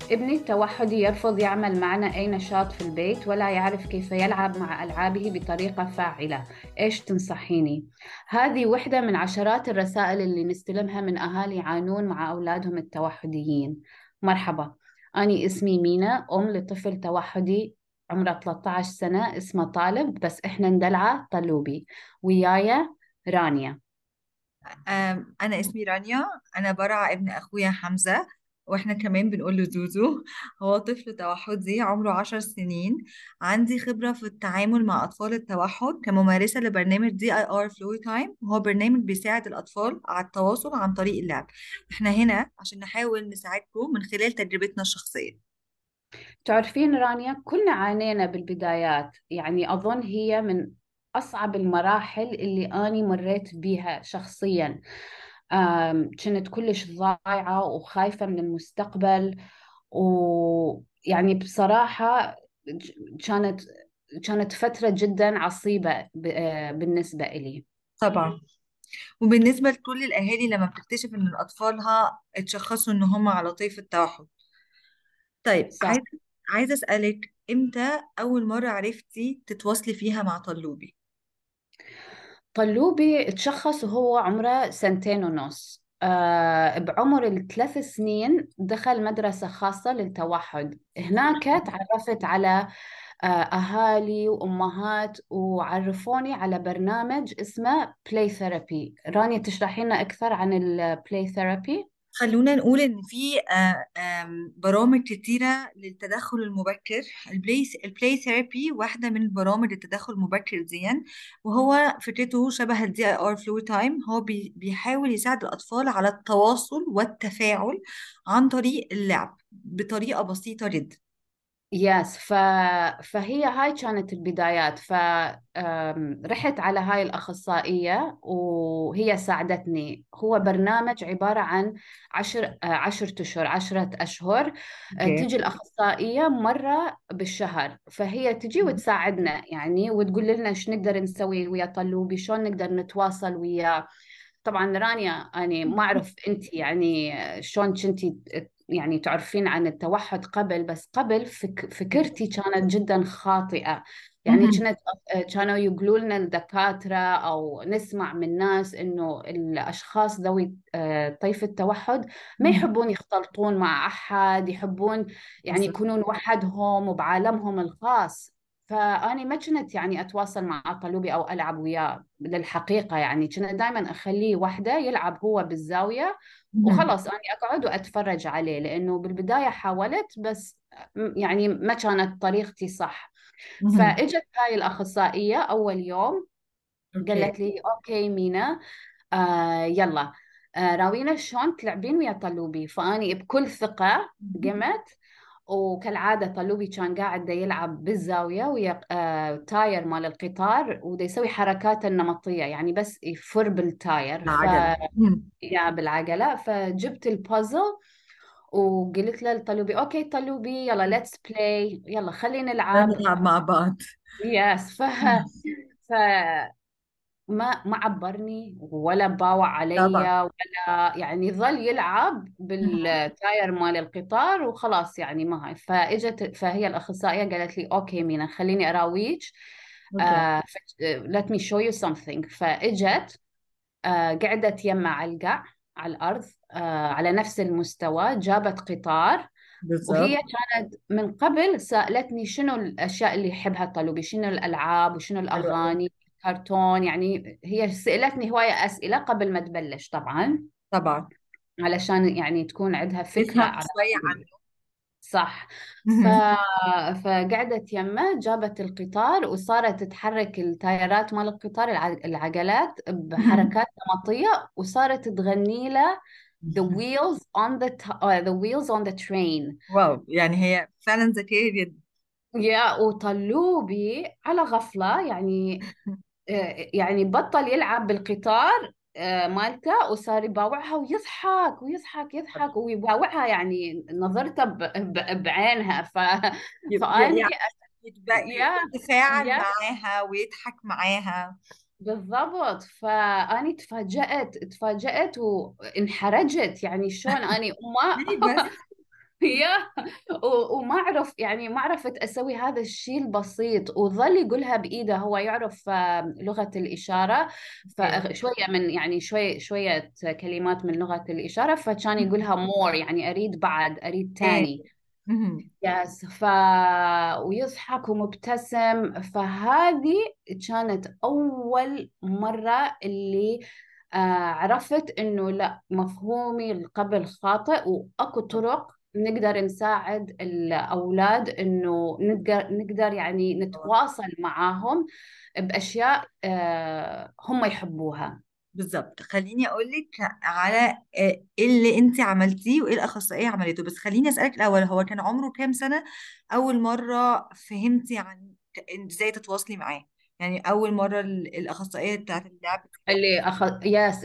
ابني التوحدي يرفض يعمل معنا أي نشاط في البيت ولا يعرف كيف يلعب مع ألعابه بطريقة فاعلة. إيش تنصحيني؟ هذه واحدة من عشرات الرسائل اللي نستلمها من أهالي يعانون مع أولادهم التوحديين. مرحبا، أنا اسمي مينا، أم لطفل توحدي عمره 13 سنة اسمه طالب، بس إحنا ندلعه طلوبي. وياي رانيا. أنا اسمي رانيا. أنا برع ابن أخويا حمزة، وإحنا كمان بنقول له زوزو. هو طفل توحدي عمره 10 سنين. عندي خبرة في التعامل مع أطفال التوحد كممارسة لبرنامج DIR فلوي تايم، وهو برنامج بيساعد الأطفال على التواصل عن طريق اللعب. إحنا هنا عشان نحاول نساعدكم من خلال تجربتنا الشخصية. تعرفين رانيا، كلنا عانينا بالبدايات، يعني أظن هي من أصعب المراحل اللي أنا مريت بيها شخصيا. كنت كلش ضايعة وخايفة من المستقبل، ويعني بصراحة كانت كانت فترة جدا عصيبة بالنسبة إلي. طبعا. وبالنسبة لكل الأهالي لما بتكتشف إن أطفالها اتشخصوا إن هم على طيف التوحد. طيب، صح. عايزة أسألك إمتى أول مرة عرفتي تتواصلي فيها مع طلوبي؟ طلوبي تشخص وهو عمره 2.5 سنين. بعمر ال3 سنين دخل مدرسة خاصة للتوحد. هناك تعرفت على أهالي وأمهات، وعرفوني على برنامج اسمه بلاي ثيرابي. رانيا، تشرحي لنا أكثر عن البلاي ثيرابي؟ خلونا نقول إن في برامج كتيرة للتدخل المبكر. البلاي ثيرابي واحدة من برامج التدخل المبكر دي، وهو فكرته شبه DIR فلو تايم. هو بيحاول يساعد الأطفال على التواصل والتفاعل عن طريق اللعب بطريقة بسيطة جدا. يس. فهي هاي كانت البدايات. رحت على هاي الأخصائية وهي ساعدتني. هو برنامج عبارة عن 10 أشهر، 10 أشهر. اوكي. تجي الأخصائية مرة بالشهر، فهي تجي وتساعدنا يعني، وتقول لنا ايش نقدر نسوي ويا طلوبي، شلون نقدر نتواصل وياه. طبعا رانيا، يعني ما أعرف أنت يعني شلون كنتي يعني تعرفين عن التوحد قبل، بس قبل فكرتي كانت جدا خاطئة. يعني مهم. كانوا يقولوا لنا الدكاترة أو نسمع من ناس إنه الأشخاص ذوي طيف التوحد ما مهم. يحبون يختلطون مع أحد، يحبون يعني بالظبط. يكونون وحدهم وبعالمهم الخاص. فأنا ما كنت يعني أتواصل مع طلوبي أو ألعب وياه للحقيقة، يعني كنت دائما أخليه وحده يلعب هو بالزاوية، مهم. وخلاص أنا أقعد وأتفرج عليه، لأنه بالبداية حاولت بس يعني ما كانت طريقتي صح. مهم. فإجت هاي الأخصائية أول يوم، اوكي. قالت لي أوكي مينا، يلا، راوينا شلون تلعبين ويا طلوبي. فأني بكل ثقة قمت، وكالعادة طلوبي كان قاعد دا يلعب بالزاوية ويا تاير مال القطار، ودا يسوي حركات النمطية، يعني بس يفر بالتاير. العجلة. مهم. يا بالعجلة. فجبت البازل وقلت له طلوبي أوكي طلوبي يلا ليتس بلاي، يلا خلينا نلعب. نلعب مع بعض. يس. ف ما عبرني ولا باوع طبعا. علي ولا يعني، ظل يلعب مهم. بالتاير مال القطار وخلاص، يعني ما هاي. فهي الأخصائية قالت لي أوكي مينا، خليني أراويك. اوكي. let me show you something. فإجت، قعدت يمه على القاع على الأرض، على نفس المستوى، جابت قطار. وهي بالظبط. كانت من قبل سألتني شنو الأشياء اللي يحبها طلوبي، شنو الألعاب وشنو حلو قوي. الأغاني، الكرتون. يعني هي سألتني هواية أسئلة قبل ما تبلش طبعا، طبعا. علشان يعني تكون عندها فكرة نفهم عن شوية عنه. صح. مهم. فقعدت يمه، جابت القطار وصارت تحرك التايرات مال القطار، العجلات مهم. بحركات نمطية، وصارت تغني له the wheels on the wheels on the train. واو، يعني هي فعلا ذكية جدا. يا وطلوبي على غفلة يعني، يعني بطل يلعب بالقطار مالته، وصار يباوعها ويضحك ويضحك يضحك ويباوعها، يعني نظرته بعينها. ي- فأني يعني يا يتفاعل يا معاها ويضحك معاها. بالضبط. فأني تفاجأت وانحرجت، يعني شلون أني أمه ليه بس؟ يا وما اعرف يعني ما عرفت اسوي هذا الشيء البسيط، وظل يقولها بايده. هو يعرف لغة الاشارة، اوكي. فشوية من يعني شوية كلمات من لغة الاشارة، فكان يقولها مور، يعني اريد بعد، اريد اوكي. تاني. مهم. يس ويضحك ومبتسم. فهذه كانت أول مرة اللي عرفت إنه لا، مفهومي قبل خاطئ، وأكو طرق نقدر نساعد الأولاد إنه نقدر يعني نتواصل معاهم بأشياء هم يحبوها. بالظبط. خليني اقول لك على ايه اللي انت عملتيه وايه الاخصائيه عملته. بس خليني اسالك الاول، هو كان عمره كام سنه اول مره فهمتي عن ازاي تتواصلي معاه؟ يعني اول مره الاخصائيه بتاعت اللعب. ياس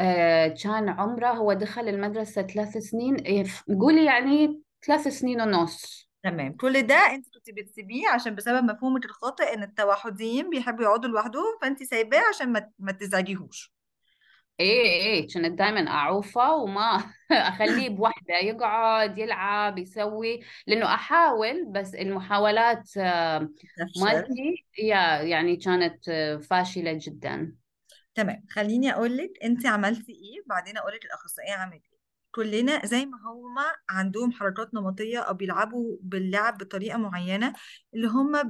كان عمره، هو دخل المدرسة 3 سنين، قولي يعني 3 سنين ونص. تمام. كل ده انت كنت بتسيبيه عشان بسبب مفهومك الخاطئ ان التوحديين بيحبوا يقعدوا لوحدهم، فانت سايباه عشان ما تزعجيهوش. ايه ايه، كنت دائما اعوفه وما اخليه بوحده يقعد يلعب يسوي، لانه احاول، بس المحاولات تفشل. مالتي يعني كانت فاشلة جدا. تمام. خليني اقول لك انت عملتي ايه بعدين اقول لك الاخصائيه عملت ايه. كلنا زي ما هما عندهم حركات نمطيه او بيلعبوا باللعب بطريقه معينه اللي هما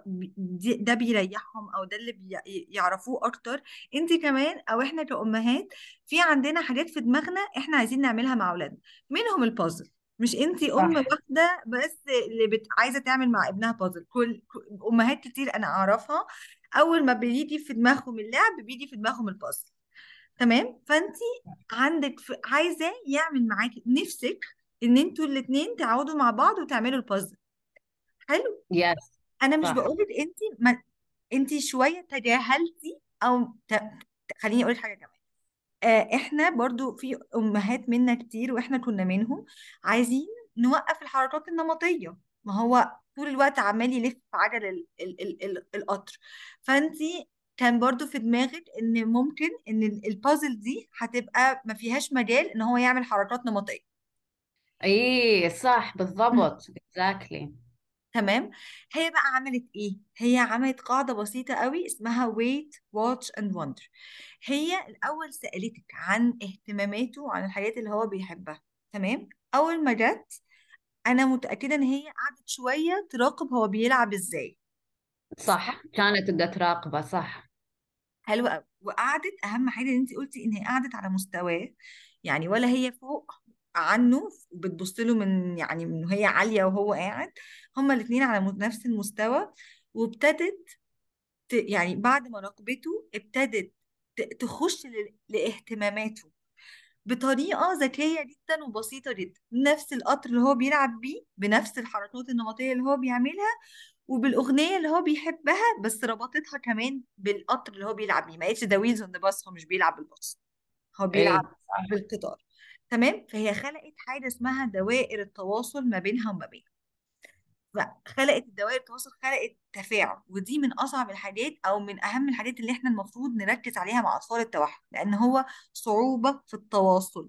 ده بيريحهم او ده اللي يعرفوه اكتر. انت كمان او احنا كأمهات في عندنا حاجات في دماغنا احنا عايزين نعملها مع اولادنا، منهم البازل. مش انت ام صح. واحده بس اللي عايزه تعمل مع ابنها بازل. امهات كتير انا اعرفها اول ما بيجي في دماغهم اللعب بيجي في دماغهم البازل. تمام. فانت عندك عايزه يعمل معاكي نفسك ان انتوا الاتنين تقعدوا مع بعض وتعملوا البازل. حلو. يس. انا مش صح. بقولك انت ما انت شويه تجاهلتي او خليني اقولك حاجه كمان. احنا برضو في امهات منا كتير واحنا كنا منهم عايزين نوقف الحركات النمطيه. ما هو طول الوقت عمال يلف في عجل القطر. فانتي كان برضو في دماغك ان ممكن ان البازل دي هتبقى ما فيهاش مجال ان هو يعمل حركات نمطيه. ايه صح مم. بالضبط، exactly. تمام. هي بقى عملت ايه؟ هي عملت قاعدة بسيطة قوي اسمها wait watch and wonder. هي الأول سألتك عن اهتماماته وعن الحاجات اللي هو بيحبها. تمام. أول ما جت أنا متأكدة إن هي قعدت شوية تراقب هو بيلعب إزاي. صح؟ صح، كانت بدها تراقبه، صح. حلو قوي. وقعدت أهم حاجة إن أنت قلتي إن هي قعدت على مستواه، يعني ولا هي فوق عنه وبتبص له من يعني من هي عالية وهو قاعد. هما الاتنين على نفس المستوى. وابتدت يعني بعد ما راقبته ابتدت تخش لاهتماماته بطريقة ذكية جدا وبسيطة جدا. نفس القطر اللي هو بيلعب بيه بنفس الحركات النمطية اللي هو بيعملها وبالأغنية اللي هو بيحبها، بس ربطتها كمان بالقطر اللي هو بيلعب بيه. ما قالتش ده ويلز اون ذا باص، هو مش بيلعب بالباص، هو بيلعب ايه صح. بالقطار. تمام. فهي خلقت حاجة اسمها دوائر التواصل ما بينها وما بينه. خلقت الدوائر التواصل، خلقت تفاعل. ودي من اصعب الحاجات او من اهم الحاجات اللي احنا المفروض نركز عليها مع اطفال التوحد، لان هو صعوبة في التواصل.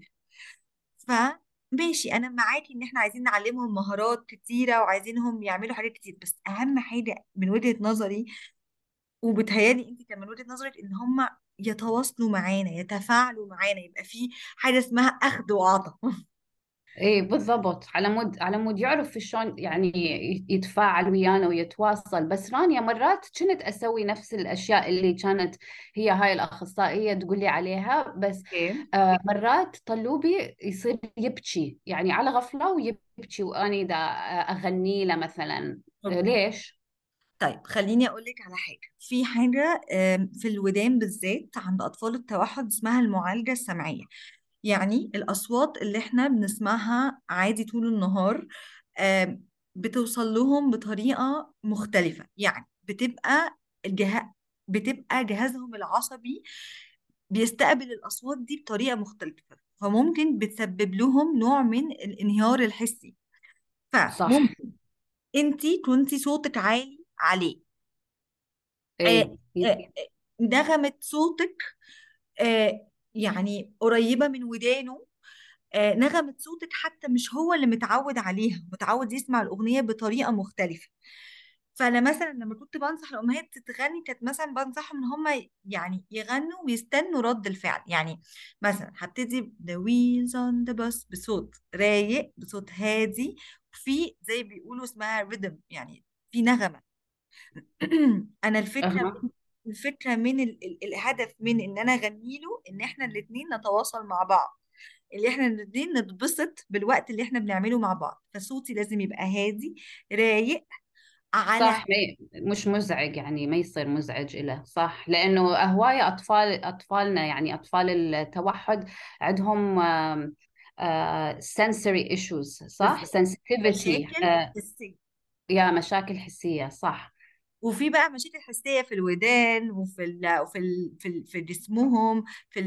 فماشي انا معاكي ان احنا عايزين نعلمهم مهارات كتيرة وعايزينهم يعملوا حاجات كتير، بس اهم حاجة من وجهة نظري وبتهيالي انت كمان من وجهة نظرك ان هم يتواصلوا معانا، يتفاعلوا معانا، يبقى في حاجة اسمها اخذ وعطاء. ايه بالضبط، على مود يعرف شلون يعني يتفاعل ويانا ويتواصل. بس رانيا مرات كنت اسوي نفس الاشياء اللي كانت هي هاي الاخصائيه تقول لي عليها، بس اوكي. مرات طلوبي يصير يبكي يعني على غفله ويبكي، واني دا اغني له مثلا. ليش؟ طيب خليني أقول لك على حاجة. في حاجة في الودان بالذات عند أطفال التوحد اسمها المعالجة السمعية. يعني الأصوات اللي احنا بنسمعها عادي طول النهار بتوصل لهم بطريقة مختلفة. يعني بتبقى جهازهم العصبي بيستقبل الأصوات دي بطريقة مختلفة، فممكن بتسبب لهم نوع من الانهيار الحسي. صح. فممكن انتي كنتي صوتك عالي عليه، آه، ايه نغمة صوتك يعني قريبة من ودانه، نغمة صوتك حتى مش هو اللي متعود عليها، متعود يسمع الأغنية بطريقة مختلفة. فأنا مثلا لما كنت بنصح الأمهات تتغني، كانت مثلا بنصحهم إن هم يعني يغنوا ويستنوا رد الفعل. يعني مثلا هبتدي The wheels on the bus بصوت رايق، بصوت هادي، في زي بيقولوا اسمها ريذم، يعني في نغمة. أنا أها. الفكرة من الهدف من إن أنا أغني له إن إحنا الاتنين نتواصل مع بعض، اللي إحنا الاتنين نتبسط بالوقت اللي إحنا بنعمله مع بعض. فصوتي لازم يبقى هادي رايق على. صح، مش مزعج، يعني ما يصير مزعج له. صح، لأنه هواية أطفالنا، يعني أطفال التوحد عندهم sensory issues، صح، بالظبط، sensitivity، مشاكل حسية. يا مشاكل حسية، صح. وفي بقى مشاكل حسيه في الودان، في جسمهم،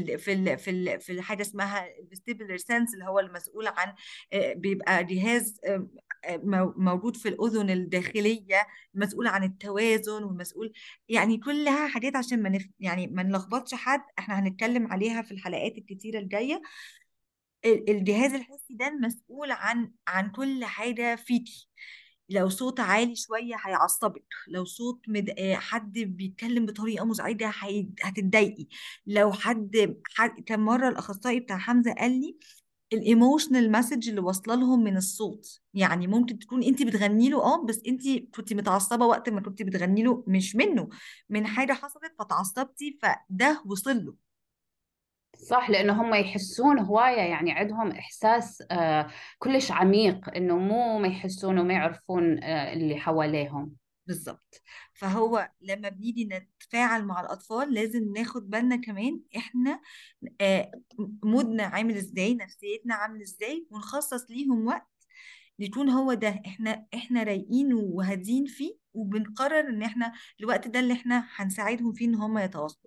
في حاجه اسمها الفيستيبولار سنس، اللي هو المسؤول عن بيبقى جهاز موجود في الاذن الداخليه، المسؤول عن التوازن، والمسؤول يعني كلها حاجات عشان يعني ما نلخبطش حد، احنا هنتكلم عليها في الحلقات الكتيره الجايه. الجهاز الحسي ده المسؤول عن كل حاجة فيكي. لو صوت عالي شوية هيعصبك، لو صوت حد بيتكلم بطريقة مزعجة هتتضايقي. لو كان مرة الأخصائي بتاع حمزة قال لي الايموشنال مسج اللي واصله لهم من الصوت، يعني ممكن تكون انت بتغني له بس انت كنت متعصبه وقت ما كنت بتغني له، مش منه، من حاجه حصلت فتعصبتي، فده وصل له. صح، لأنه هم يحسون هواية، يعني عندهم إحساس كلش عميق، إنه مو ما يحسون وما يعرفون اللي حواليهم. بالظبط. فهو لما بنيجي نتفاعل مع الأطفال لازم ناخد بالنا كمان إحنا آه، مودنا عامل إزاي، نفسيتنا عامل إزاي، ونخصص ليهم وقت يكون هو ده إحنا رايقين وهادين فيه، وبنقرر إن إحنا الوقت ده اللي إحنا هنساعدهم فيه إن هم يتواصلوا.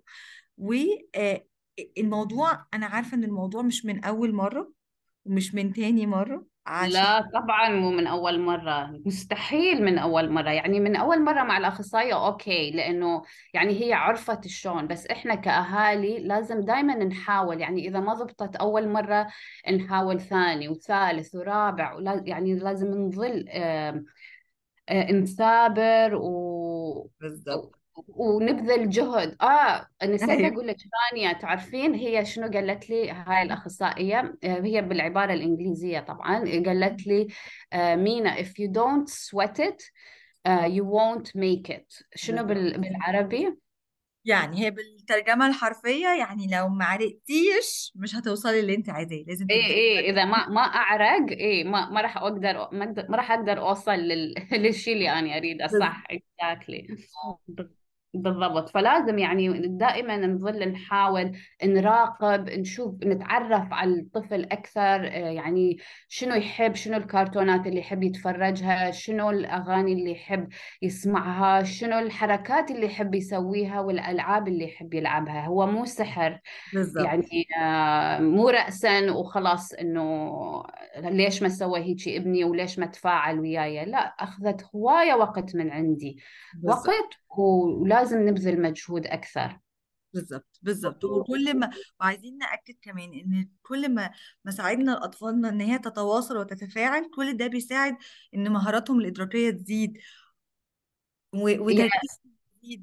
والموضوع أنا عارفة إن الموضوع مش من أول مرة ومش من تاني مرة، عشان لا طبعا مو من أول مرة، مستحيل من أول مرة. يعني من أول مرة مع الأخصائية أوكي، لأنه يعني هي عرفت شلون، بس إحنا كأهالي لازم دائما نحاول. يعني إذا ما ضبطت أول مرة نحاول ثاني وثالث ورابع، يعني لازم نظل نثابر بالظبط. ونبذل جهد. نسيت أيوه. اقول لك ثانية، تعرفين هي شنو قالت لي هاي الأخصائية؟ هي بالعبارة الإنجليزية طبعا. قالت لي مينا if you don't sweat it you won't make it. شنو بالظبط، بالعربي؟ يعني هي بالترجمة الحرفية، يعني لو ما عرقتيش مش هتوصلي اللي انت عايزاه، لازم ايه تبدأي ايه، بدري. اذا ما اعرق، ايه ما راح اقدر، ما راح اقدر اوصل للشيء اللي انا اريده. بز- صح، exactly. بالضبط. فلازم يعني دائما نظل نحاول نراقب، نشوف، نتعرف على الطفل اكثر. يعني شنو يحب، شنو الكرتونات اللي يحب يتفرجها، شنو الاغاني اللي يحب يسمعها، شنو الحركات اللي يحب يسويها، والالعاب اللي يحب يلعبها. هو مو سحر، بالظبط. يعني مو رأسا وخلاص انه ليش ما سوى هيجي ابني وليش ما تفاعل وياي. لا، اخذت هواية وقت من عندي، بالظبط. وقت، ولازم نبذل مجهود اكثر. بالظبط. وعايزين نأكد كمان ان كل ما ساعدنا اطفالنا ان هي تتواصل وتتفاعل، كل ده بيساعد ان مهاراتهم الإدراكية تزيد وتركيز جديد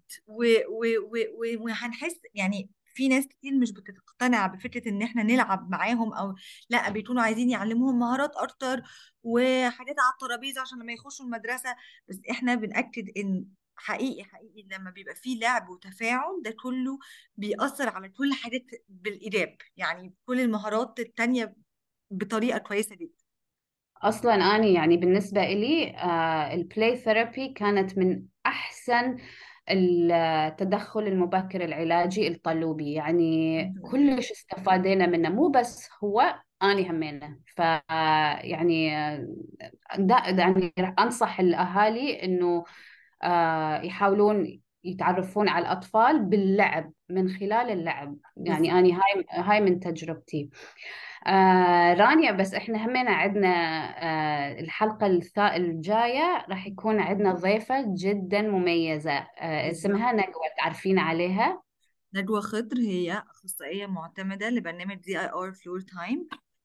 وهنحس يعني. في ناس كتير مش بتقتنع بفكرة ان احنا نلعب معاهم، او لا، بيكونوا عايزين يعلموهم مهارات اكتر وحاجات على الترابيزة عشان لما يخشوا المدرسة. بس احنا بنأكد ان حقيقي حقيقي لما بيبقى فيه لعب وتفاعل، ده كله بيأثر على كل حاجات بالإيجاب، يعني كل المهارات التانية بطريقة كويسة جدا. اصلا اني يعني بالنسبة إلي البلاي ثيرابي كانت من احسن التدخل المبكر العلاجي الطلوبي. يعني كلش استفادينا منه، مو بس هو، أنا همينه. يعني يعني أنصح الأهالي إنه يحاولون يتعرفون على الأطفال باللعب، من خلال اللعب. يعني بالظبط. أنا هاي من تجربتي. رانيا، بس احنا همينا عندنا الحلقة الجاية راح يكون عندنا ضيفة جدا مميزة، بالظبط. اسمها نجوى، تعرفين عليها؟ نجوى خضر هي أخصائية معتمدة لبرنامج DIR فلور تايم.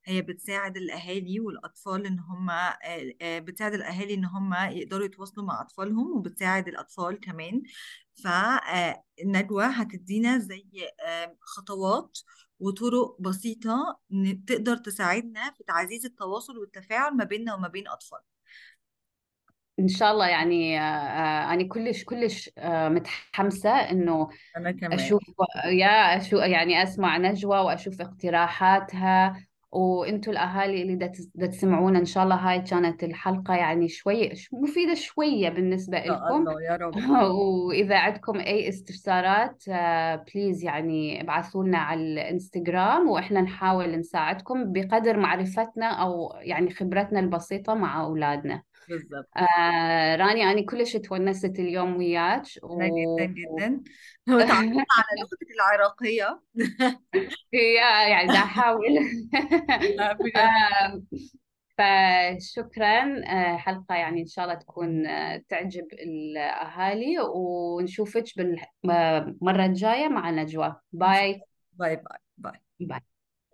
هي بتساعد الأهالي والأطفال إن هم بتساعد الأهالي إن هم يقدروا يتواصلوا مع أطفالهم، وبتساعد الأطفال كمان. فالندوة هتدينا زي خطوات وطرق بسيطة تقدر تساعدنا في تعزيز التواصل والتفاعل ما بيننا وما بين أطفال. إن شاء الله. يعني أنا كلش متحمسة إنه أنا كمان. أشوف، يا شو يعني أسمع نجوى وأشوف اقتراحاتها. وأنتوا الأهالي اللي دا تسمعونا، إن شاء الله هاي كانت الحلقة يعني شوي مفيدة شوية بالنسبة إن شاء لكم. الله يا رب. وإذا عندكم أي استفسارات بليز يعني ابعثوا لنا على الانستغرام، وإحنا نحاول نساعدكم بقدر معرفتنا أو يعني خبرتنا البسيطة مع أولادنا. بالظبط. راني أنا كلش تونست اليوم وياك أنا جدا جدا وتعرفت على لغتك العراقية. يعني دا أحاول. لا بجد. آه، فشكرا. حلقة يعني إن شاء الله تكون تعجب الأهالي، ونشوفك بالمرة الجاية مع نجوى. إن شاء باي. الله. باي باي باي. باي.